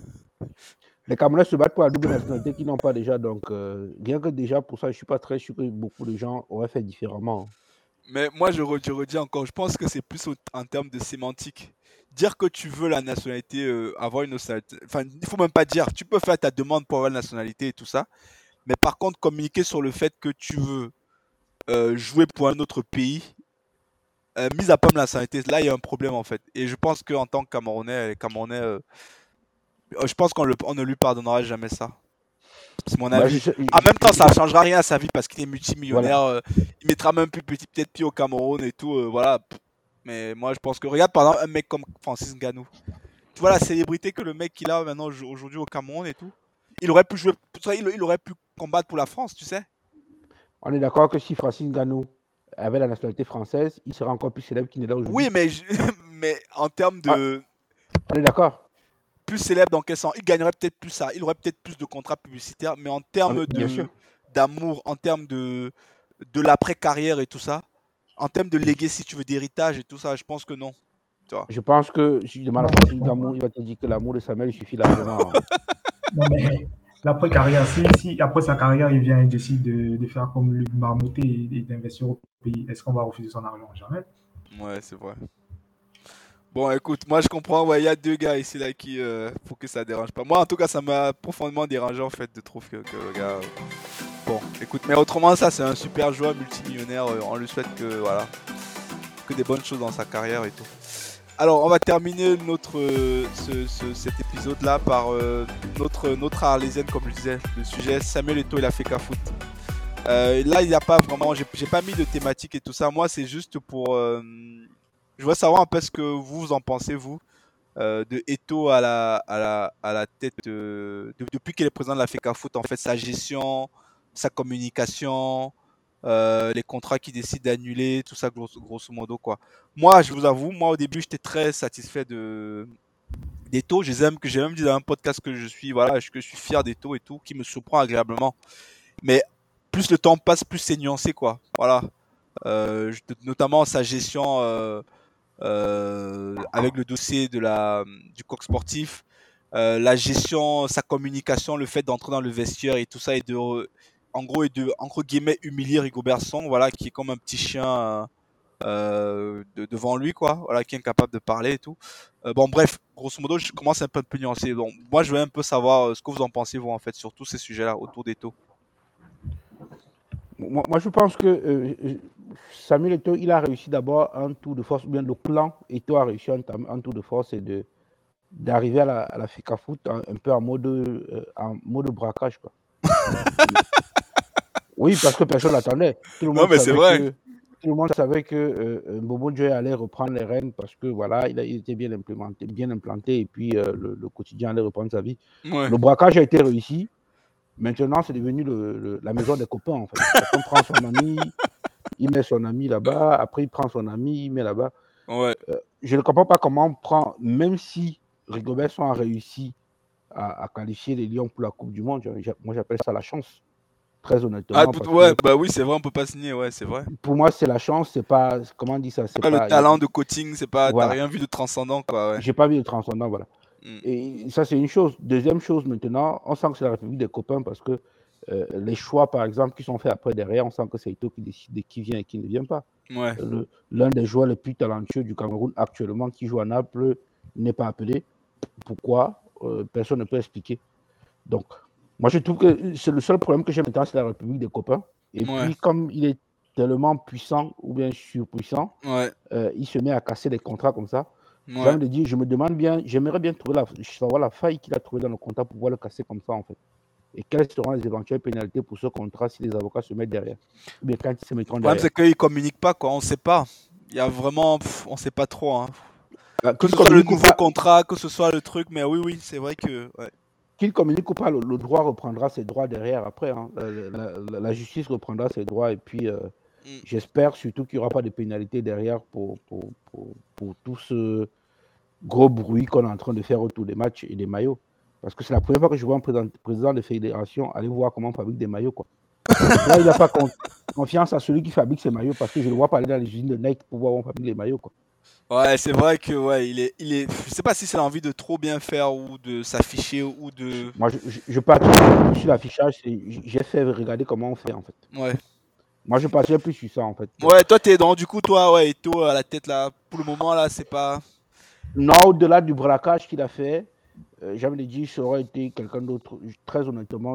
Les Camerounais se battent pour la double nationalité qu'ils n'ont pas déjà, donc rien que déjà pour ça, je ne suis pas très sûr que beaucoup de gens auraient fait différemment. Mais moi, je redis encore, je pense que c'est plus en termes de sémantique. Dire que tu veux la nationalité, avoir une nationalité, enfin, il ne faut même pas dire, tu peux faire ta demande pour avoir la nationalité et tout ça, mais par contre, communiquer sur le fait que tu veux jouer pour un autre pays, mis à part la nationalité, là, il y a un problème en fait. Et je pense qu'en tant que Camerounais, je pense qu'on ne lui pardonnera jamais ça. C'est mon avis. En même temps, ça ne changera rien à sa vie parce qu'il est multimillionnaire. Voilà. Il mettra même plus peut-être pied au Cameroun et tout. Voilà. Mais moi, je pense que, regarde par exemple un mec comme Francis Ngannou. Tu vois la célébrité que le mec qu'il a maintenant aujourd'hui au Cameroun et tout. Il aurait pu jouer, il aurait pu combattre pour la France, tu sais. On est d'accord que si Francis Ngannou avait la nationalité française, il serait encore plus célèbre qu'il n'est là aujourd'hui. Oui, mais en termes de... On est d'accord. Plus célèbre dans quel sens? Il gagnerait peut-être plus ça. Il aurait peut-être plus de contrats publicitaires, mais en termes d'amour, en termes de l'après-carrière et tout ça, en termes de legacy, si tu veux, d'héritage et tout ça, je pense que non. Je pense que si je demande à Francis Ngannou, il va te dire que l'amour de Samuel, il suffit largement. Non, mais l'après-carrière, si après sa carrière, il vient et décide de faire comme Luc Marmotté et d'investir au pays, est-ce qu'on va refuser son argent? Jamais. Ouais, c'est vrai. Bon, écoute, moi je comprends, ouais, il y a deux gars ici là qui faut que ça dérange pas. Moi, en tout cas, ça m'a profondément dérangé en fait de trouver que le gars. Bon, écoute, mais autrement, ça, c'est un super joueur multimillionnaire. On lui souhaite que voilà, que des bonnes choses dans sa carrière et tout. Alors, on va terminer cet épisode-là par notre Arlésienne, comme je disais, le sujet Samuel Eto'o et la FECA Foot. Là, il n'y a pas vraiment, j'ai pas mis de thématique et tout ça. Moi, c'est juste pour, je veux savoir un peu ce que vous en pensez, vous, de Eto'o à la tête depuis qu'il est président de la FECA Foot, en fait, sa gestion, sa communication, les contrats qu'il décide d'annuler, tout ça, grosso modo, quoi. Moi, je vous avoue, moi, au début, j'étais très satisfait d'Eto'o. J'ai même dit dans un podcast que je suis, voilà, que je suis fier d'Eto'o et tout, qui me surprend agréablement. Mais plus le temps passe, plus c'est nuancé, quoi. Voilà. Notamment sa gestion avec le dossier du coq sportif, la gestion, sa communication, le fait d'entrer dans le vestiaire et tout ça, et en gros, et de, entre guillemets, humilier Rigobert Song, voilà, qui est comme un petit chien devant lui, quoi, voilà, qui est incapable de parler et tout. Bon, bref, grosso modo, je commence un peu nuancé. Donc, moi, je veux un peu savoir ce que vous en pensez, vous, en fait, sur tous ces sujets-là, autour d'Eto'o. Moi, je pense que Samuel Eto'o, il a réussi d'abord un tour de force, ou bien le clan Eto'o a réussi un tour de force, et d'arriver à la FECA Foot un peu en mode braquage, quoi. Oui, parce que personne l'attendait. Non, mais c'est vrai. Tout le monde savait que Bobo Dioye allait reprendre les rênes parce que voilà, il était bien implanté, et puis le quotidien allait reprendre sa vie. Ouais. Le braquage a été réussi. Maintenant, c'est devenu la maison des copains, en fait. Chacun prend son ami, il met son ami là-bas, après il prend son ami, il met là-bas. Ouais. Je ne comprends pas comment on prend, même si Rigobert Song a réussi à qualifier les Lions pour la Coupe du Monde, moi j'appelle ça la chance, très honnêtement. Ouais, bah oui, c'est vrai, on peut pas signer, ouais, c'est vrai. Pour moi, c'est la chance, c'est pas, comment on dit ça, c'est pas le talent de coaching, c'est pas, voilà. T'as rien vu de transcendant, quoi, ouais. J'ai pas vu de transcendant, voilà. Et ça, c'est une chose. Deuxième chose, maintenant, on sent que c'est la République des copains parce que les choix, par exemple, qui sont faits après derrière, on sent que c'est Eto'o qui décide de qui vient et qui ne vient pas. Ouais. L'un des joueurs les plus talentueux du Cameroun actuellement, qui joue à Naples, n'est pas appelé. Pourquoi personne ne peut expliquer. Donc, moi, je trouve que c'est le seul problème que j'ai maintenant, c'est la République des copains. Et puis, comme il est tellement puissant ou bien surpuissant, il se met à casser des contrats comme ça. J'ai envie de dire, je me demande bien, j'aimerais bien savoir la faille qu'il a trouvée dans le contrat pour pouvoir le casser comme ça, en fait. Et quelles seront les éventuelles pénalités pour ce contrat si les avocats se mettent derrière, ou bien quand ils se mettront derrière. Le problème, c'est qu'ils ne communiquent pas, quoi. On ne sait pas. Il y a vraiment, on ne sait pas trop. Hein. Que ce soit le nouveau contrat, que ce soit le truc, mais oui, c'est vrai que. Ouais. Qu'il communique ou pas, le droit reprendra ses droits derrière après. Hein. La justice reprendra ses droits, et puis j'espère surtout qu'il n'y aura pas de pénalité derrière pour tout ce gros bruit qu'on est en train de faire autour des matchs et des maillots. Parce que c'est la première fois que je vois un président de fédération aller voir comment on fabrique des maillots, quoi. Là, il n'a pas confiance à celui qui fabrique ses maillots, parce que je le vois pas aller dans les usines de Nike pour voir où on fabrique les maillots, quoi. Ouais, c'est vrai que il est. Je sais pas si c'est l'envie de trop bien faire ou de s'afficher ou de. Moi, je parle sur l'affichage. J'ai fait regarder comment on fait, en fait. Ouais. Moi, je partirais plus sur ça, en fait. Ouais, toi, t'es dans, du coup, toi, Eto'o à la tête, là, pour le moment, là, c'est pas. Non, au-delà du braquage qu'il a fait, j'avais dit, ça aurait été quelqu'un d'autre. Très honnêtement,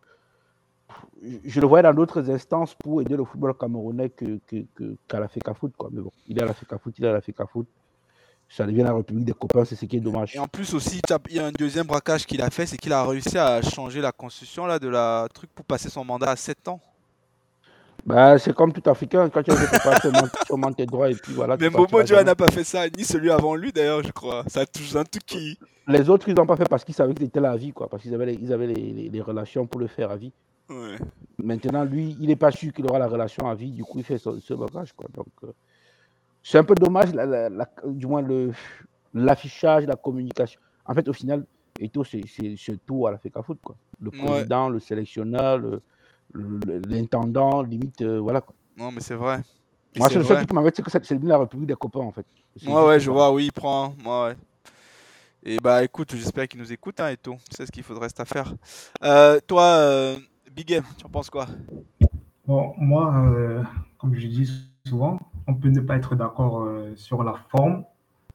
je le voyais dans d'autres instances pour aider le football camerounais qu'à la FECA Foot, quoi. Mais bon, il est à la FECA Foot, ça devient la République des copains, c'est ce qui est dommage. Et en plus aussi, il y a un deuxième braquage qu'il a fait, c'est qu'il a réussi à changer la constitution là, de la truc pour passer son mandat à 7 ans. Bah, c'est comme tout Africain, quand tu as fait pas seulement tes droits, et puis voilà. Mais Bobo Dioye n'a pas fait ça, ni celui avant lui d'ailleurs, je crois. Ça touche un truc qui. Les autres, ils n'ont pas fait parce qu'ils savaient que c'était la vie, quoi, parce qu'ils avaient les relations pour le faire à vie. Ouais. Maintenant, lui, il n'est pas sûr qu'il aura la relation à vie, du coup, il fait ce bagage, quoi. Donc, c'est un peu dommage, du moins l'affichage, la communication. En fait, au final, Eto'o, c'est tout à la FECA Foot, quoi. Le président, le sélectionneur, l'intendant, limite, voilà, quoi. Non, mais c'est vrai. Moi, c'est le seul truc qui m'avait dit que c'est devenu la République des copains, en fait. Ouais, je vois, oui, il prend. Ouais. Et bah, écoute, j'espère qu'il nous écoute, hein, Eto'o. C'est ce qu'il faudrait à faire. Toi, Big Game, tu en penses quoi? Bon, moi, comme je dis souvent, on peut ne pas être d'accord sur la forme,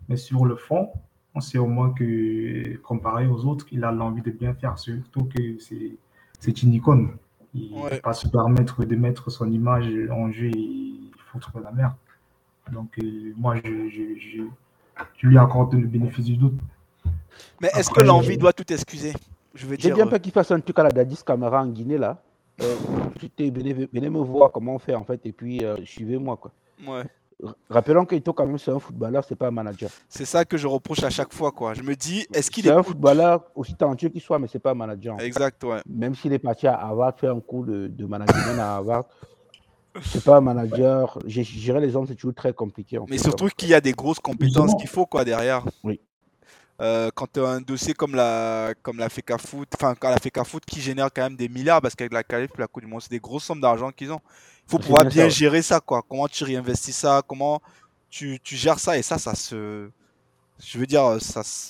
Mais sur le fond, on sait au moins que, comparé aux autres, il a l'envie de bien faire, surtout que c'est une icône. Il ne peut Ouais. pas se permettre de mettre son image en jeu et foutre la merde. Donc, moi, je lui accorde le bénéfice du doute. Mais est-ce que Après, l'envie doit tout excuser? Je veux J'ai dire, bien peur qu'il fasse un truc à la Dadis Camara en Guinée, là. Venez me voir comment on fait, en fait, et puis suivez-moi, quoi. ouais. Rappelons qu'Eto, quand même, c'est un footballeur, c'est pas un manager. C'est ça que je reproche à chaque fois, quoi. Je me dis, est-ce qu'il C'est un écoute? footballeur aussi talentueux qu'il soit, mais c'est pas un manager. En fait. Exact, ouais. Même s'il est parti à Harvard faire un cours de management à Harvard, c'est pas un manager. Gérer les hommes, c'est toujours très compliqué. En Mais fait, surtout donc, qu'il y a des grosses compétences justement, qu'il faut, quoi, derrière. oui. Quand tu as un dossier comme la FECAFOOT, enfin, quand la FECAFOOT qui génère quand même des milliards, parce qu'avec la Calif, la Coupe du Monde, c'est des grosses sommes d'argent qu'ils ont. Il faut C'est pouvoir bien bien ça. gérer ça, quoi. Comment tu réinvestis ça, comment tu gères ça, et ça se. Je veux dire,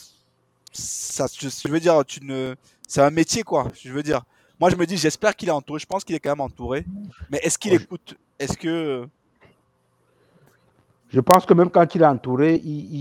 je veux dire, c'est un métier, quoi. Je veux dire. Moi, je me dis, j'espère qu'il est entouré. Je pense qu'il est quand même entouré. Mais est-ce qu'il Ouais, écoute? Est-ce que. je pense que même quand il est entouré,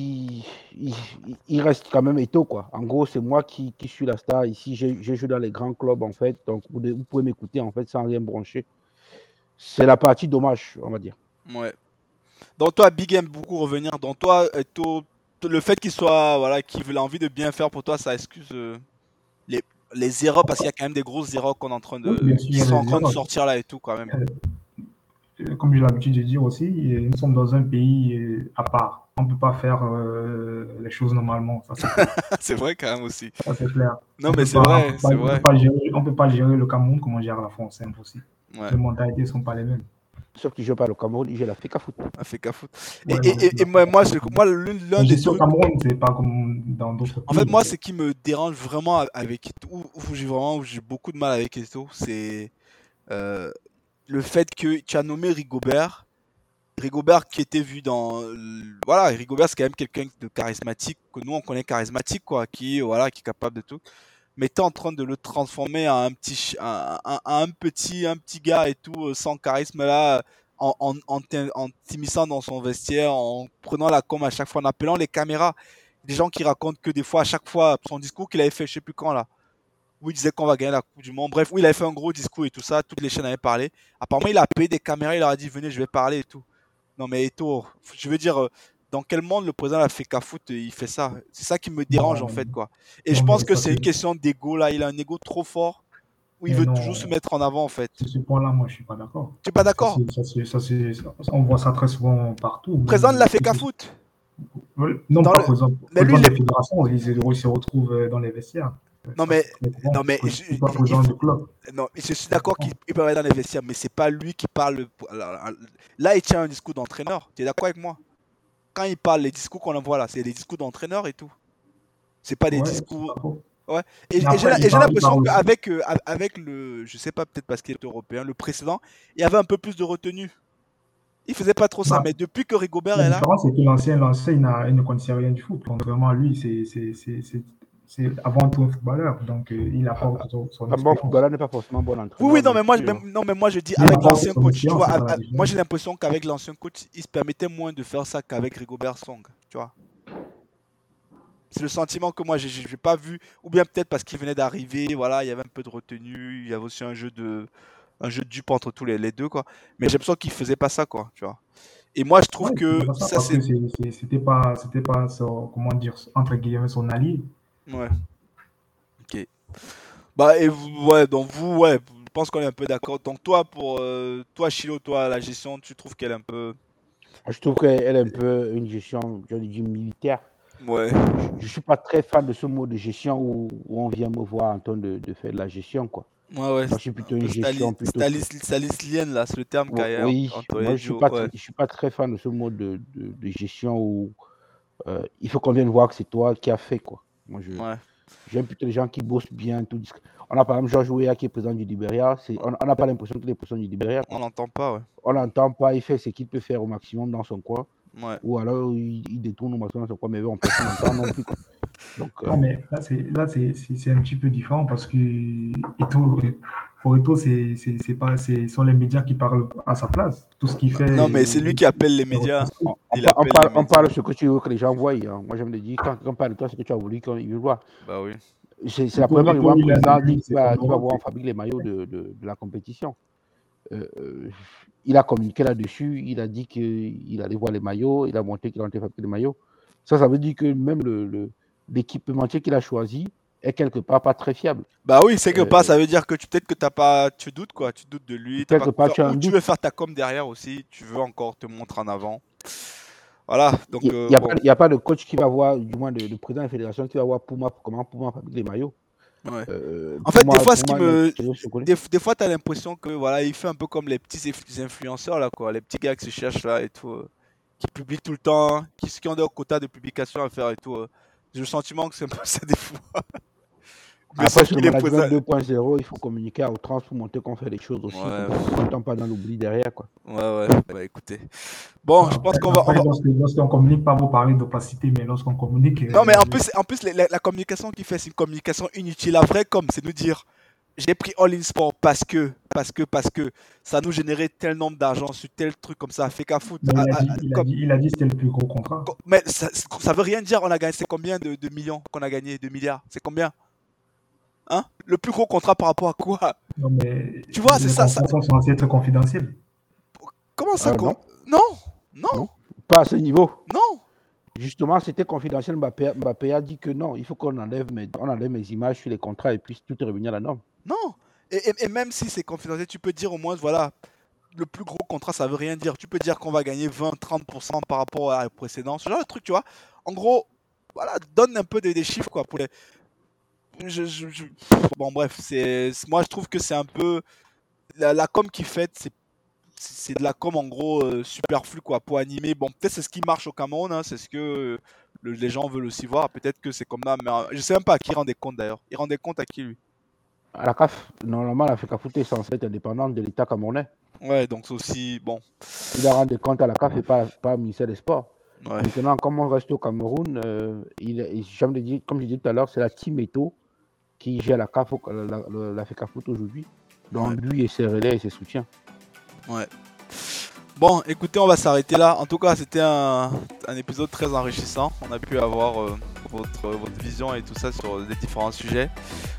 il reste quand même Eto, quoi. En gros, c'est moi qui suis la star ici. J'ai joué dans les grands clubs, en fait. Donc, vous pouvez m'écouter, en fait, sans rien broncher. C'est la partie dommage, on va dire. Ouais. Donc, toi, Big aime beaucoup revenir. Donc, toi, le fait qu'il soit. Voilà, qu'il ait envie de bien faire pour toi, ça excuse les, les erreurs, parce qu'il y a quand même des grosses erreurs qu'on est en train oui, bien de. sûr, il Qui y a sont en des train de erreurs. sortir là et tout, quand même. Comme j'ai l'habitude de dire aussi, nous sommes dans un pays à part. On ne peut pas faire les choses normalement. Ça, c'est clair. C'est vrai, quand même aussi. Ça, c'est clair. Non, On mais peut c'est pas, on vrai, peut pas, c'est on peut vrai. pas gérer, on peut pas gérer le Cameroun comme on gère la France. C'est impossible. Ouais. Les mentalités ne sont pas les mêmes. Sauf que je parle au Cameroun, j'ai la FECA foot. On fait qu'à foutre. Ouais, Et moi, l'un la des gestion au trucs. Cameroun, c'est pas comme dans d'autres En fait, pays. moi, ce qui me dérange vraiment avec où j'ai beaucoup de mal avec Eto, c'est euh, le fait que tu as nommé Rigobert. Rigobert qui était vu dans. Voilà, Rigobert, c'est quand même quelqu'un de charismatique, que nous, on connaît charismatique, quoi, voilà, qui est capable de tout. Mais tu es en train de le transformer en un petit gars et tout, sans charisme, là, en t'immisçant dans son vestiaire, en prenant la com à chaque fois, en appelant les caméras. Des gens qui racontent que des fois, à chaque fois, son discours qu'il avait fait, je sais plus quand, là, où il disait qu'on va gagner la Coupe du Monde. Bref, où il avait fait un gros discours et tout ça, toutes les chaînes avaient parlé. Apparemment, il a appelé des caméras, il leur a dit, venez, je vais parler et tout. Non, mais Eto, je veux dire, dans quel monde le président de la FECA Foot, il fait ça? C'est ça qui me dérange, en Non, fait, quoi. Et je non, pense mais que ça, c'est une question d'ego, là. Il a un ego trop fort, où il mais veut toujours se non, mettre en avant, en fait. sur ce point-là, moi, je suis pas d'accord. Tu es pas d'accord? On voit ça très souvent partout. Président de Même, la FECA Foot, non, dans pas le... président, Mais lui, président de fédération, il se retrouve dans les vestiaires. non, Ça, mais, c'est très courant. non, mais, Il pas président du club. non, je suis d'accord qu'il peut aller dans les vestiaires, mais c'est pas lui qui parle. Là, il tient un discours d'entraîneur. Tu es d'accord avec moi? Quand il parle, les discours qu'on envoie là, c'est des discours d'entraîneur et tout. C'est pas des Ouais, c'est discours. pas faux. Ouais. Mais Et après, j'ai il l'impression parle aussi. qu'avec avec le, je sais pas, peut-être parce qu'il est européen, le précédent, il y avait un peu plus de retenue. Il faisait pas trop ça, Bah, mais depuis que Rigobert la est là, différence, c'est que l'ancien, il ne connaissait rien du foot. Contrairement à lui, c'est avant tout un footballeur. Donc, il apporte son Un bon expérience. footballeur n'est pas forcément un bon oui, oui, entraîneur non, non mais moi, plus. Hein. non, mais moi je dis Il avec apporte l'ancien son coach, tu expérience, vois, c'est ça la moi différence. j'ai l'impression qu'avec l'ancien coach, il se permettait moins de faire ça qu'avec Rigobert Song, tu vois. C'est le sentiment que moi j'ai pas vu, ou bien peut-être parce qu'il venait d'arriver, voilà, il y avait un peu de retenue, il y avait aussi un jeu de dupe entre tous les deux, quoi. Mais j'ai l'impression qu'il faisait pas ça, quoi, tu vois. Et moi je trouve Ouais, que c'est pas ça, ça parce c'est, que c'était pas son, comment dire, entre guillemets, son allié. ouais, ok. Bah et ouais, donc vous, ouais, je pense qu'on est un peu d'accord. Donc toi toi Chilo, toi la gestion, tu trouves qu'elle est un peu, Je trouve qu'elle est un peu une gestion, je dis, militaire. ouais, Je ne suis pas très fan de ce mot de gestion où on vient me voir en train de faire de la gestion, quoi. ouais, ouais, Moi, je suis un plutôt peu une gestion plutôt. Stanislienne là, c'est le terme qu'il y a Oui, entre moi, les je suis duos, pas, ouais, je suis pas très fan de ce mot de gestion où il faut qu'on vienne voir que c'est toi qui as fait, quoi. Moi, ouais, j'aime plutôt les gens qui bossent bien, tout. On a par exemple Georges Weah qui est président du Libéria. On n'a pas l'impression qu'il est président du Libéria, on quoi. l'entend pas, ouais, On l'entend pas, il fait ce qu'il peut faire au maximum dans son coin. ouais. Ou alors il détourne au maximum dans son coin, mais on peut pas l'entendre non plus, quoi. Donc, Ah, mais là, c'est un petit peu différent parce que, et tout, Pour Eto'o, c'est pas, ce sont les médias qui parlent à sa place. Tout ce qu'il fait. Non, mais c'est lui qui appelle les médias. On parle ce que tu veux que les gens voient. Hein. Moi, je me dis, quand on parle de toi, c'est ce que tu as voulu qu'ils voient. Bah oui. C'est la première fois que je vois un président dire qu'il va voir en fabrique les maillots de la compétition. Il a communiqué là-dessus, il a dit qu'il allait voir les maillots, il a montré qu'il allait fabriquer les maillots. Ça veut dire que même l'équipementier qu'il a choisi est quelque part pas très fiable. Bah oui, c'est que pas, ça veut dire que peut-être que tu doutes quoi, tu doutes de lui, quelque part, tu veux faire ta com derrière aussi, tu veux encore te montrer en avant. Voilà, donc il n'y a pas de coach qui va voir, du moins le président de la fédération qui va voir comment Puma fabrique les maillots. Ouais. En fait, des fois, des fois, t'as l'impression que voilà, il fait un peu comme les petits influenceurs là, quoi, les petits gars qui se cherchent là et tout, qui publient tout le temps, qui ont des quotas de publication à faire et tout. J'ai le sentiment que c'est un peu ça des fois. Après, sur le management 2.0, il faut communiquer à outrance pour montrer qu'on fait des choses aussi. On ne tombe pas dans l'oubli derrière, quoi. Ouais, bah écoutez. Bon, je pense qu'on va. Lorsqu'on communique, pas vous parler d'opacité, mais lorsqu'on communique. Non, mais en plus la communication qu'il fait, c'est une communication inutile. La vraie com, c'est nous dire j'ai pris All In Sport parce que ça nous générait tel nombre d'argent sur tel truc comme ça. Fait qu'à foot. Il a dit que c'était le plus gros contrat. Mais ça veut rien dire. On a gagné. C'est combien de millions qu'on a gagné? 2 milliards. C'est combien? Hein? Le plus gros contrat par rapport à quoi? Non, mais tu vois, c'est ça. Les contrats sont censés être confidentiels. Comment ça? Non. Pas à ce niveau. Non. Justement, c'était confidentiel. Mbappé a dit que non, il faut qu'on enlève mes images sur les contrats et puis tout est revenu à la norme. Non. Et même si c'est confidentiel, tu peux dire au moins, voilà, le plus gros contrat, ça veut rien dire. Tu peux dire qu'on va gagner 20-30% par rapport à la précédente. Ce genre de truc, tu vois. En gros, voilà, donne un peu des chiffres, quoi, pour les. Bon, bref, moi je trouve que c'est un peu. La com qu'il fait, c'est de la com en gros superflu quoi, pour animer. Bon, peut-être c'est ce qui marche au Cameroun, hein, c'est ce que les gens veulent aussi voir. Peut-être que c'est comme ça, mais je sais même pas à qui il rendait compte d'ailleurs. Il rendait compte à qui lui? À la CAF. Normalement, la FECAFOOT est censée être indépendante de l'État camerounais. Ouais, donc c'est aussi bon. Il a rendu compte à la CAF et pas au ministère des Sports. Ouais. Maintenant, comme on reste au Cameroun, comme je disais tout à l'heure, c'est la team Eto'o qui gère la CAF, la FECAFOOT aujourd'hui. Donc lui et ses relais et ses soutiens. Ouais. Bon, écoutez, on va s'arrêter là. En tout cas, c'était un épisode très enrichissant. On a pu avoir votre vision et tout ça sur les différents sujets.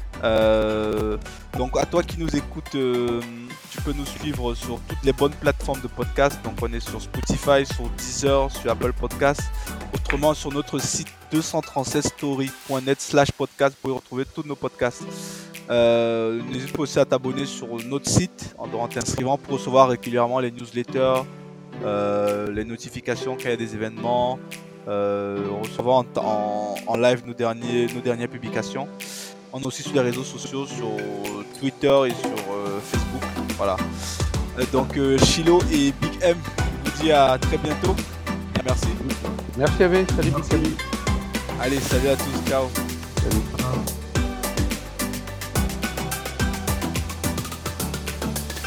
Donc à toi qui nous écoutes, tu peux nous suivre sur toutes les bonnes plateformes de podcast. Donc on est sur Spotify, sur Deezer, sur Apple Podcast. Autrement sur notre site 236story.net/podcast, vous pouvez retrouver tous nos podcasts. N'hésite pas aussi à t'abonner sur notre site en t'inscrivant pour recevoir régulièrement les newsletters, les notifications quand il y a des événements, recevoir en live nos dernières publications. On est aussi sur les réseaux sociaux, sur Twitter et sur Facebook. Voilà. Donc Chilo et Big M, je vous dis à très bientôt. Et merci. Merci à vous. Salut. Allez, salut à tous. Ciao.